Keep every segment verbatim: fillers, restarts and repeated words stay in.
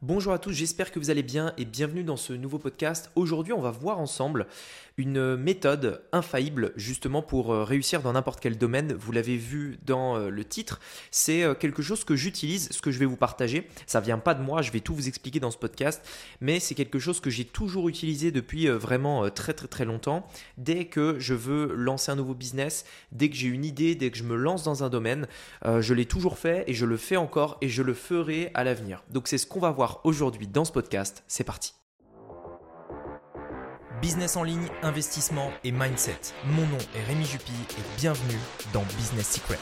Bonjour à tous, j'espère que vous allez bien et bienvenue dans ce nouveau podcast. Aujourd'hui, on va voir ensemble une méthode infaillible justement pour réussir dans n'importe quel domaine. Vous l'avez vu dans le titre, c'est quelque chose que j'utilise, ce que je vais vous partager. Ça ne vient pas de moi, je vais tout vous expliquer dans ce podcast, mais c'est quelque chose que j'ai toujours utilisé depuis vraiment très très très longtemps. Dès que je veux lancer un nouveau business, dès que j'ai une idée, dès que je me lance dans un domaine, euh, je l'ai toujours fait et je le fais encore et je le ferai à l'avenir. Donc c'est ce qu'on va voir aujourd'hui dans ce podcast, c'est parti. Business en ligne, investissement et mindset. Mon nom est Rémi Jupy et bienvenue dans Business Secrets.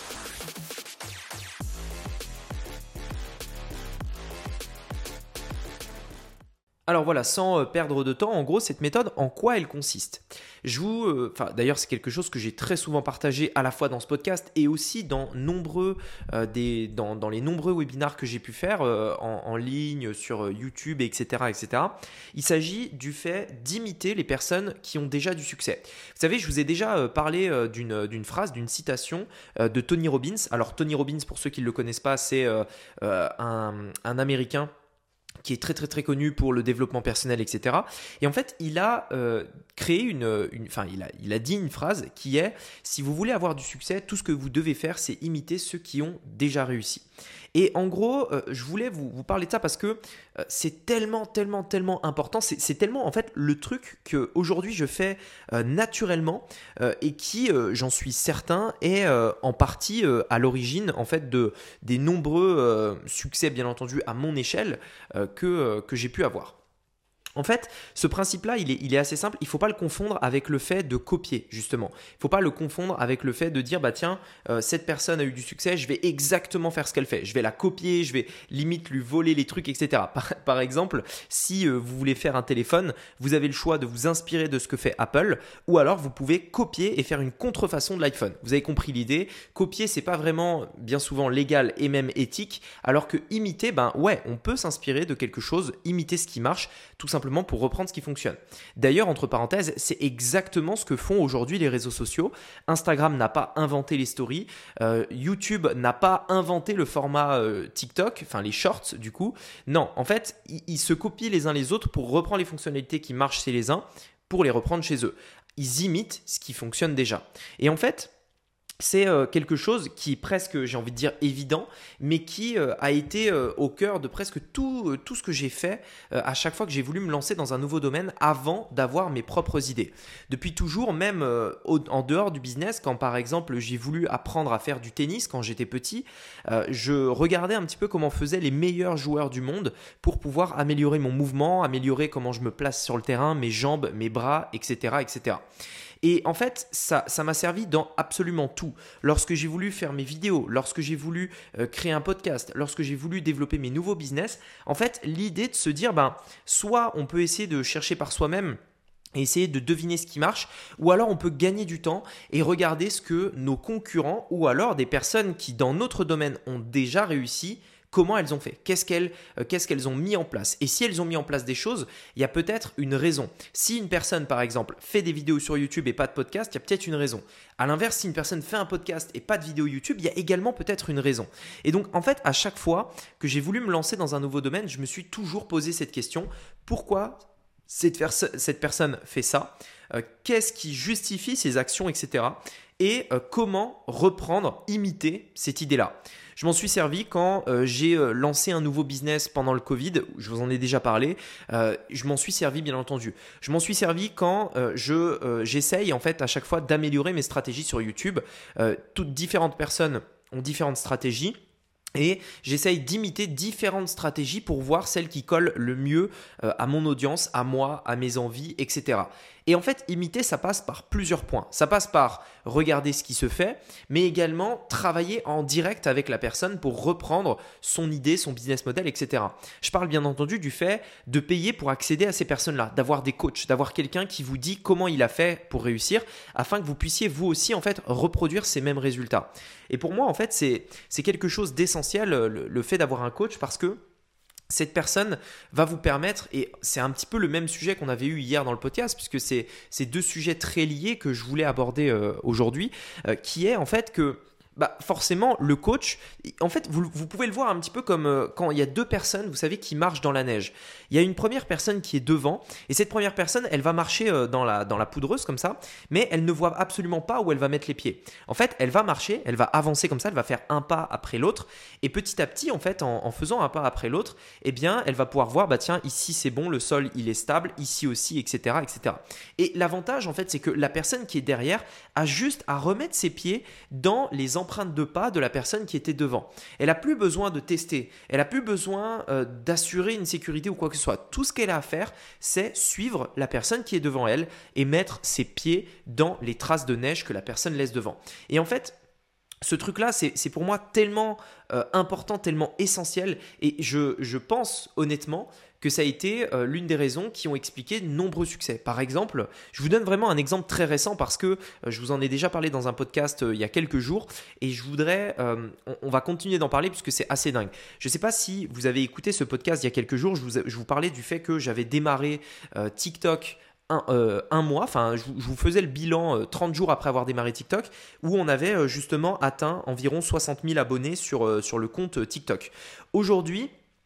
Alors voilà, sans perdre de temps, en gros, cette méthode, en quoi elle consiste ? Je vous, euh, enfin, d'ailleurs, c'est quelque chose que j'ai très souvent partagé à la fois dans ce podcast et aussi dans, nombreux, euh, des, dans, dans les nombreux webinars que j'ai pu faire euh, en, en ligne, sur YouTube, et cetera, et cetera. Il s'agit du fait d'imiter les personnes qui ont déjà du succès. Vous savez, je vous ai déjà euh, parlé euh, d'une, d'une phrase, d'une citation euh, de Tony Robbins. Alors, Tony Robbins, pour ceux qui ne le connaissent pas, c'est euh, euh, un, un Américain qui est très très très connu pour le développement personnel, et cetera. Et en fait, il a euh, créé une, une, enfin, il a, il a dit une phrase qui est « Si vous voulez avoir du succès, tout ce que vous devez faire, c'est imiter ceux qui ont déjà réussi ». Et en gros, euh, je voulais vous, vous parler de ça parce que euh, c'est tellement, tellement, tellement important. C'est, c'est tellement en fait le truc qu'aujourd'hui je fais euh, naturellement euh, et qui, euh, j'en suis certain, est euh, en partie euh, à l'origine en fait de, des nombreux euh, succès, bien entendu, à mon échelle euh, que, euh, que j'ai pu avoir. En fait, ce principe-là, il est, il est assez simple. Il ne faut pas le confondre avec le fait de copier, justement. Il ne faut pas le confondre avec le fait de dire, bah tiens, euh, cette personne a eu du succès, je vais exactement faire ce qu'elle fait. Je vais la copier, je vais limite lui voler les trucs, et cetera. Par, par exemple, si euh, vous voulez faire un téléphone, vous avez le choix de vous inspirer de ce que fait Apple, ou alors vous pouvez copier et faire une contrefaçon de l'iPhone. Vous avez compris l'idée. Copier, c'est pas vraiment bien souvent légal et même éthique, alors que imiter, ben ouais, on peut s'inspirer de quelque chose, imiter ce qui marche, tout simplement pour reprendre ce qui fonctionne. D'ailleurs, entre parenthèses, c'est exactement ce que font aujourd'hui les réseaux sociaux. Instagram n'a pas inventé les stories, euh, YouTube n'a pas inventé le format euh, TikTok, enfin les shorts du coup. Non, en fait, ils, ils se copient les uns les autres pour reprendre les fonctionnalités qui marchent chez les uns pour les reprendre chez eux. Ils imitent ce qui fonctionne déjà. Et en fait, c'est euh, quelque chose qui est presque, j'ai envie de dire, évident, mais qui euh, a été euh, au cœur de presque tout, euh, tout ce que j'ai fait euh, à chaque fois que j'ai voulu me lancer dans un nouveau domaine avant d'avoir mes propres idées. Depuis toujours, même euh, au, en dehors du business, quand par exemple j'ai voulu apprendre à faire du tennis quand j'étais petit, euh, je regardais un petit peu comment faisaient les meilleurs joueurs du monde pour pouvoir améliorer mon mouvement, améliorer comment je me place sur le terrain, mes jambes, mes bras, et cetera, et cetera. Et en fait, ça, ça m'a servi dans absolument tout. Lorsque j'ai voulu faire mes vidéos, lorsque j'ai voulu euh, créer un podcast, lorsque j'ai voulu développer mes nouveaux business, en fait, l'idée de se dire, ben, soit on peut essayer de chercher par soi-même et essayer de deviner ce qui marche, ou alors on peut gagner du temps et regarder ce que nos concurrents ou alors des personnes qui dans notre domaine ont déjà réussi, comment elles ont fait, qu'est-ce qu'elles, euh, qu'est-ce qu'elles ont mis en place. Et si elles ont mis en place des choses, il y a peut-être une raison. Si une personne, par exemple, fait des vidéos sur YouTube et pas de podcast, il y a peut-être une raison. À l'inverse, si une personne fait un podcast et pas de vidéo YouTube, il y a également peut-être une raison. Et donc, en fait, à chaque fois que j'ai voulu me lancer dans un nouveau domaine, je me suis toujours posé cette question. Pourquoi cette, perso- cette personne fait ça ? euh, Qu'est-ce qui justifie ses actions, et cetera. Et euh, comment reprendre, imiter cette idée-là. Je m'en suis servi quand euh, j'ai euh, lancé un nouveau business pendant le Covid, je vous en ai déjà parlé, euh, je m'en suis servi bien entendu. Je m'en suis servi quand euh, je, euh, j'essaye en fait à chaque fois d'améliorer mes stratégies sur YouTube. Euh, toutes différentes personnes ont différentes stratégies. Et j'essaye d'imiter différentes stratégies pour voir celle qui colle le mieux euh, à mon audience, à moi, à mes envies, et cetera. Et en fait, imiter, ça passe par plusieurs points. Ça passe par regarder ce qui se fait, mais également travailler en direct avec la personne pour reprendre son idée, son business model, et cetera. Je parle bien entendu du fait de payer pour accéder à ces personnes-là, d'avoir des coachs, d'avoir quelqu'un qui vous dit comment il a fait pour réussir, afin que vous puissiez vous aussi en fait reproduire ces mêmes résultats. Et pour moi, en fait, c'est, c'est quelque chose d'essentiel, le, le fait d'avoir un coach, parce que cette personne va vous permettre, et c'est un petit peu le même sujet qu'on avait eu hier dans le podcast, puisque c'est, c'est deux sujets très liés que je voulais aborder euh, aujourd'hui, euh, qui est en fait que Bah forcément, le coach, en fait, vous, vous pouvez le voir un petit peu comme euh, quand il y a deux personnes, vous savez, qui marchent dans la neige. Il y a une première personne qui est devant et cette première personne, elle va marcher euh, dans, la, dans la poudreuse comme ça, mais elle ne voit absolument pas où elle va mettre les pieds. En fait, elle va marcher, elle va avancer comme ça, elle va faire un pas après l'autre et petit à petit, en fait, en, en faisant un pas après l'autre, eh bien, elle va pouvoir voir, bah tiens, ici c'est bon, le sol il est stable, ici aussi, et cetera, et cetera. Et l'avantage, en fait, c'est que la personne qui est derrière a juste à remettre ses pieds dans les empreinte de pas de la personne qui était devant. Elle n'a plus besoin de tester, elle n'a plus besoin euh, d'assurer une sécurité ou quoi que ce soit. Tout ce qu'elle a à faire, c'est suivre la personne qui est devant elle et mettre ses pieds dans les traces de neige que la personne laisse devant. Et en fait, ce truc-là, c'est, c'est pour moi tellement euh, important, tellement essentiel et je, je pense honnêtement que ça a été euh, l'une des raisons qui ont expliqué de nombreux succès. Par exemple, je vous donne vraiment un exemple très récent parce que euh, je vous en ai déjà parlé dans un podcast euh, il y a quelques jours et je voudrais, euh, on, on va continuer d'en parler puisque c'est assez dingue. Je ne sais pas si vous avez écouté ce podcast il y a quelques jours, je vous, je vous parlais du fait que j'avais démarré euh, TikTok Un, euh, un mois, enfin je, je vous faisais le bilan euh, trente jours après avoir démarré TikTok où on avait euh, justement atteint environ soixante mille abonnés sur, euh, sur le compte euh, TikTok. Aujourd'hui,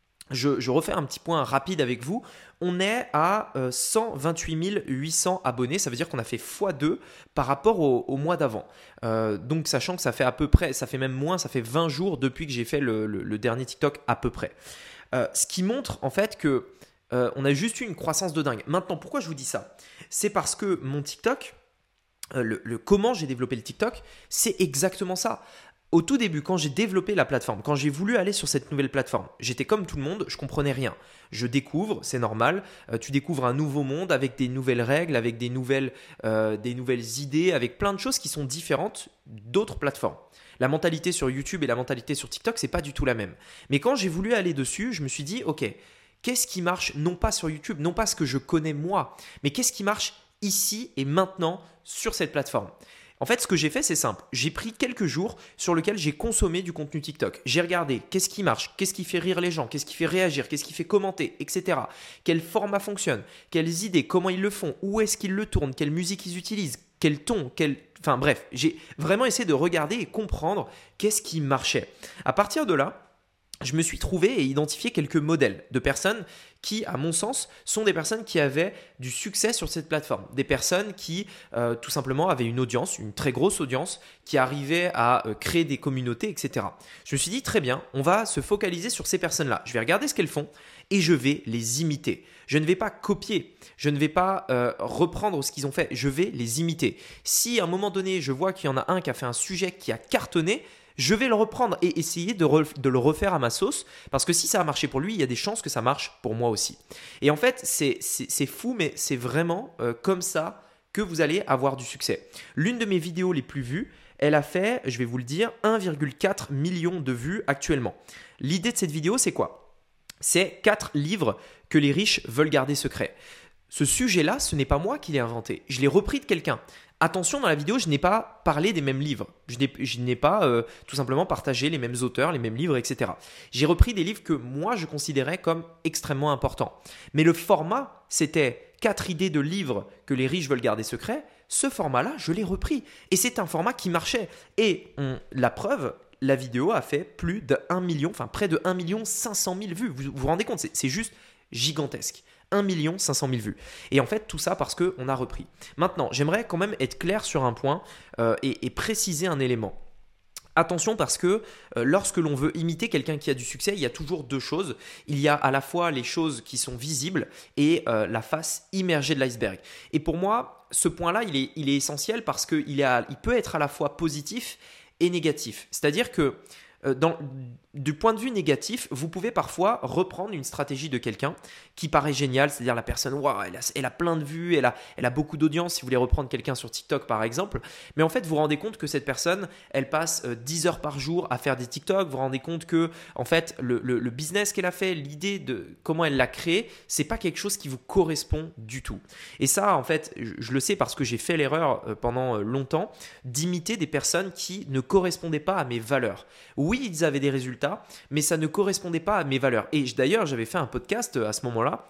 je, je refais un petit point rapide avec vous. On est à euh, cent vingt-huit mille huit cents abonnés, ça veut dire qu'on a fait fois deux par rapport au, au mois d'avant. Euh, donc sachant que ça fait à peu près, ça fait même moins, ça fait vingt jours depuis que j'ai fait le, le, le dernier TikTok à peu près. Euh, ce qui montre en fait que Euh, on a juste eu une croissance de dingue. Maintenant, pourquoi je vous dis ça ? C'est parce que mon TikTok, euh, le, le comment j'ai développé le TikTok, c'est exactement ça. Au tout début, quand j'ai développé la plateforme, quand j'ai voulu aller sur cette nouvelle plateforme, j'étais comme tout le monde, je comprenais rien. Je découvre, c'est normal, euh, tu découvres un nouveau monde avec des nouvelles règles, avec des nouvelles, euh, des nouvelles idées, avec plein de choses qui sont différentes d'autres plateformes. La mentalité sur YouTube et la mentalité sur TikTok, c'est pas du tout la même. Mais quand j'ai voulu aller dessus, je me suis dit, ok, qu'est-ce qui marche non pas sur YouTube, non pas ce que je connais moi, mais qu'est-ce qui marche ici et maintenant sur cette plateforme ? En fait, ce que j'ai fait, c'est simple. J'ai pris quelques jours sur lesquels j'ai consommé du contenu TikTok. J'ai regardé qu'est-ce qui marche, qu'est-ce qui fait rire les gens, qu'est-ce qui fait réagir, qu'est-ce qui fait commenter, et cetera. Quel format fonctionne, quelles idées, comment ils le font, où est-ce qu'ils le tournent, quelle musique ils utilisent, quel ton, quel… Enfin bref, j'ai vraiment essayé de regarder et comprendre qu'est-ce qui marchait. À partir de là, je me suis trouvé et identifié quelques modèles de personnes qui, à mon sens, sont des personnes qui avaient du succès sur cette plateforme. Des personnes qui, euh, tout simplement, avaient une audience, une très grosse audience, qui arrivaient à euh, créer des communautés, et cetera. Je me suis dit, très bien, on va se focaliser sur ces personnes-là. Je vais regarder ce qu'elles font et je vais les imiter. Je ne vais pas copier, je ne vais pas euh, reprendre ce qu'ils ont fait, je vais les imiter. Si à un moment donné, je vois qu'il y en a un qui a fait un sujet qui a cartonné, je vais le reprendre et essayer de, re, de le refaire à ma sauce parce que si ça a marché pour lui, il y a des chances que ça marche pour moi aussi. Et en fait, c'est, c'est, c'est fou, mais c'est vraiment euh, comme ça que vous allez avoir du succès. L'une de mes vidéos les plus vues, elle a fait, je vais vous le dire, un virgule quatre million de vues actuellement. L'idée de cette vidéo, c'est quoi ? C'est quatre livres que les riches veulent garder secrets. Ce sujet-là, ce n'est pas moi qui l'ai inventé. Je l'ai repris de quelqu'un. Attention, dans la vidéo, je n'ai pas parlé des mêmes livres. Je n'ai, je n'ai pas euh, tout simplement partagé les mêmes auteurs, les mêmes livres, et cetera. J'ai repris des livres que moi, je considérais comme extrêmement importants. Mais le format, c'était quatre idées de livres que les riches veulent garder secrets. Ce format-là, je l'ai repris. Et c'est un format qui marchait. Et on, la preuve, la vidéo a fait plus de un million, enfin près de un million cinq cent mille vues. Vous vous rendez compte, c'est, c'est juste gigantesque. un million cinq cent mille vues. Et en fait, tout ça parce qu'on a repris. Maintenant, j'aimerais quand même être clair sur un point euh, et, et préciser un élément. Attention parce que euh, lorsque l'on veut imiter quelqu'un qui a du succès, il y a toujours deux choses. Il y a à la fois les choses qui sont visibles et euh, la face immergée de l'iceberg. Et pour moi, ce point-là, il est, il est essentiel parce qu'il il peut être à la fois positif et négatif. C'est-à-dire que euh, dans, du point de vue négatif, vous pouvez parfois reprendre une stratégie de quelqu'un qui paraît géniale, c'est-à-dire la personne, wow, elle, a, elle a plein de vues, elle a, elle a beaucoup d'audience, si vous voulez reprendre quelqu'un sur TikTok par exemple, mais en fait vous vous rendez compte que cette personne, elle passe euh, dix heures par jour à faire des TikTok, vous vous rendez compte que en fait le, le, le business qu'elle a fait, l'idée de comment elle l'a créé, c'est pas quelque chose qui vous correspond du tout. Et ça en fait, je, je le sais parce que j'ai fait l'erreur euh, pendant euh, longtemps d'imiter des personnes qui ne correspondaient pas à mes valeurs. Oui, ils avaient des résultats, mais ça ne correspondait pas à mes valeurs. Et d'ailleurs, j'avais fait un podcast à ce moment-là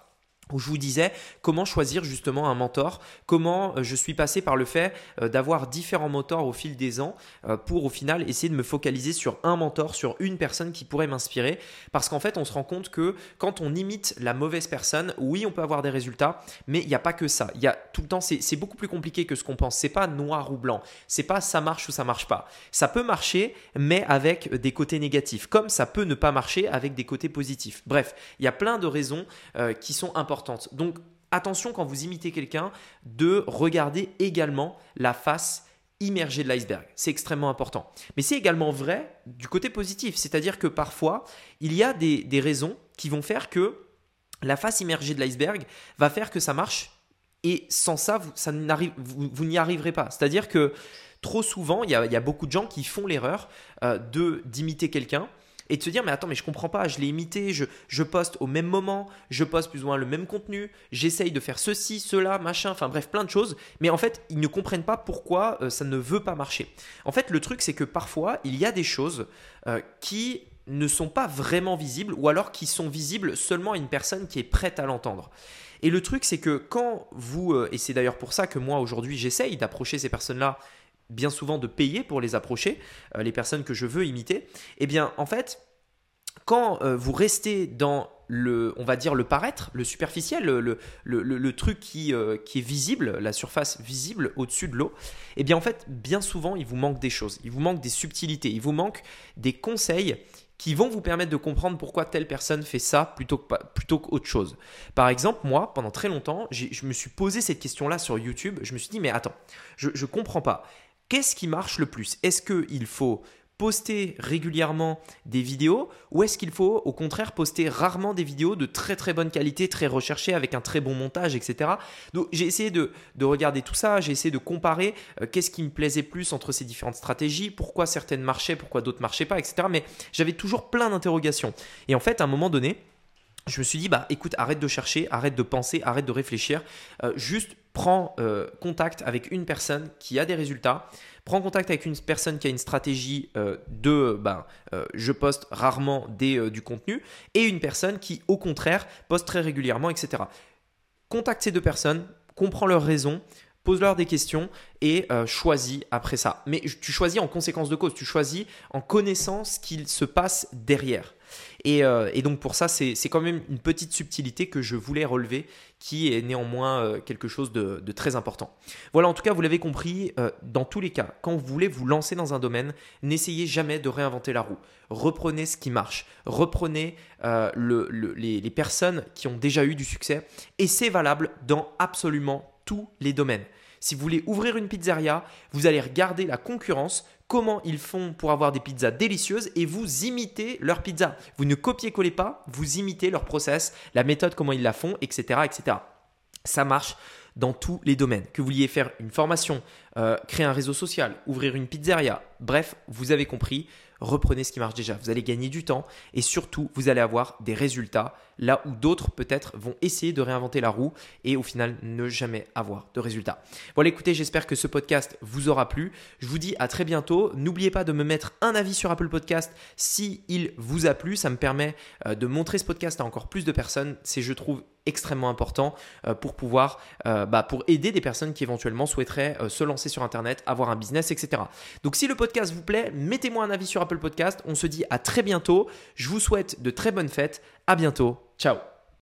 où je vous disais comment choisir justement un mentor, comment je suis passé par le fait d'avoir différents mentors au fil des ans pour au final essayer de me focaliser sur un mentor, sur une personne qui pourrait m'inspirer. Parce qu'en fait, on se rend compte que quand on imite la mauvaise personne, oui, on peut avoir des résultats, mais il n'y a pas que ça. Il y a tout le temps, c'est, c'est beaucoup plus compliqué que ce qu'on pense. C'est pas noir ou blanc. C'est pas ça marche ou ça marche pas. Ça peut marcher, mais avec des côtés négatifs, comme ça peut ne pas marcher avec des côtés positifs. Bref, il y a plein de raisons euh, qui sont importantes. Donc, attention quand vous imitez quelqu'un de regarder également la face immergée de l'iceberg. C'est extrêmement important. Mais c'est également vrai du côté positif. C'est-à-dire que parfois, il y a des, des raisons qui vont faire que la face immergée de l'iceberg va faire que ça marche et sans ça, vous, ça n'arrive, vous, vous n'y arriverez pas. C'est-à-dire que trop souvent, il y a, il y a beaucoup de gens qui font l'erreur euh, de, d'imiter quelqu'un et de se dire mais attends mais je comprends pas, je l'ai imité, je, je poste au même moment, je poste plus ou moins le même contenu, j'essaye de faire ceci, cela, machin, enfin bref plein de choses, mais en fait ils ne comprennent pas pourquoi euh, ça ne veut pas marcher. En fait le truc c'est que parfois il y a des choses euh, qui ne sont pas vraiment visibles ou alors qui sont visibles seulement à une personne qui est prête à l'entendre. Et le truc c'est que quand vous, euh, et c'est d'ailleurs pour ça que moi aujourd'hui j'essaye d'approcher ces personnes-là, bien souvent de payer pour les approcher, euh, les personnes que je veux imiter, eh bien en fait, quand euh, vous restez dans le, on va dire le paraître, le superficiel, le, le, le, le truc qui, euh, qui est visible, la surface visible au-dessus de l'eau, eh bien en fait, bien souvent, il vous manque des choses, il vous manque des subtilités, il vous manque des conseils qui vont vous permettre de comprendre pourquoi telle personne fait ça plutôt, que, plutôt qu'autre chose. Par exemple, moi, pendant très longtemps, j'ai, je me suis posé cette question-là sur YouTube, je me suis dit, mais attends, je ne comprends pas. Qu'est-ce qui marche le plus ? Est-ce qu'il faut poster régulièrement des vidéos ou est-ce qu'il faut au contraire poster rarement des vidéos de très très bonne qualité, très recherchées avec un très bon montage, et cetera. Donc j'ai essayé de, de regarder tout ça, j'ai essayé de comparer euh, qu'est-ce qui me plaisait plus entre ces différentes stratégies, pourquoi certaines marchaient, pourquoi d'autres ne marchaient pas, et cetera. Mais j'avais toujours plein d'interrogations. Et en fait, à un moment donné, je me suis dit, bah écoute, arrête de chercher, arrête de penser, arrête de réfléchir, euh, juste prends euh, contact avec une personne qui a des résultats, prends contact avec une personne qui a une stratégie euh, de bah, euh, je poste rarement des, euh, du contenu et une personne qui au contraire poste très régulièrement, et cetera. Contacte ces deux personnes, comprends leurs raisons, pose-leur des questions et euh, choisis après ça. Mais tu choisis en conséquence de cause, tu choisis en connaissant ce qu'il se passe derrière. Et, euh, et donc pour ça, c'est, c'est quand même une petite subtilité que je voulais relever qui est néanmoins euh, quelque chose de, de très important. Voilà, en tout cas, vous l'avez compris, euh, dans tous les cas, quand vous voulez vous lancer dans un domaine, n'essayez jamais de réinventer la roue. Reprenez ce qui marche, reprenez euh, le, le, les, les personnes qui ont déjà eu du succès et c'est valable dans absolument tous les domaines. Si vous voulez ouvrir une pizzeria, vous allez regarder la concurrence, comment ils font pour avoir des pizzas délicieuses et vous imitez leur pizza. Vous ne copiez-collez pas, vous imitez leur process, la méthode, comment ils la font, et cetera, et cetera. Ça marche dans tous les domaines. Que vous vouliez faire une formation, euh, créer un réseau social, ouvrir une pizzeria, bref, vous avez compris. Reprenez ce qui marche déjà. Vous allez gagner du temps et surtout, vous allez avoir des résultats là où d'autres peut-être vont essayer de réinventer la roue et au final ne jamais avoir de résultats. Voilà, écoutez, j'espère que ce podcast vous aura plu. Je vous dis à très bientôt. N'oubliez pas de me mettre un avis sur Apple Podcast si il vous a plu. Ça me permet de montrer ce podcast à encore plus de personnes. C'est, je trouve, extrêmement important pour pouvoir, euh, bah, pour aider des personnes qui éventuellement souhaiteraient euh, se lancer sur Internet, avoir un business, et cetera. Donc, si le podcast vous plaît, mettez-moi un avis sur Apple Podcast. On se dit à très bientôt. Je vous souhaite de très bonnes fêtes. À bientôt. Ciao.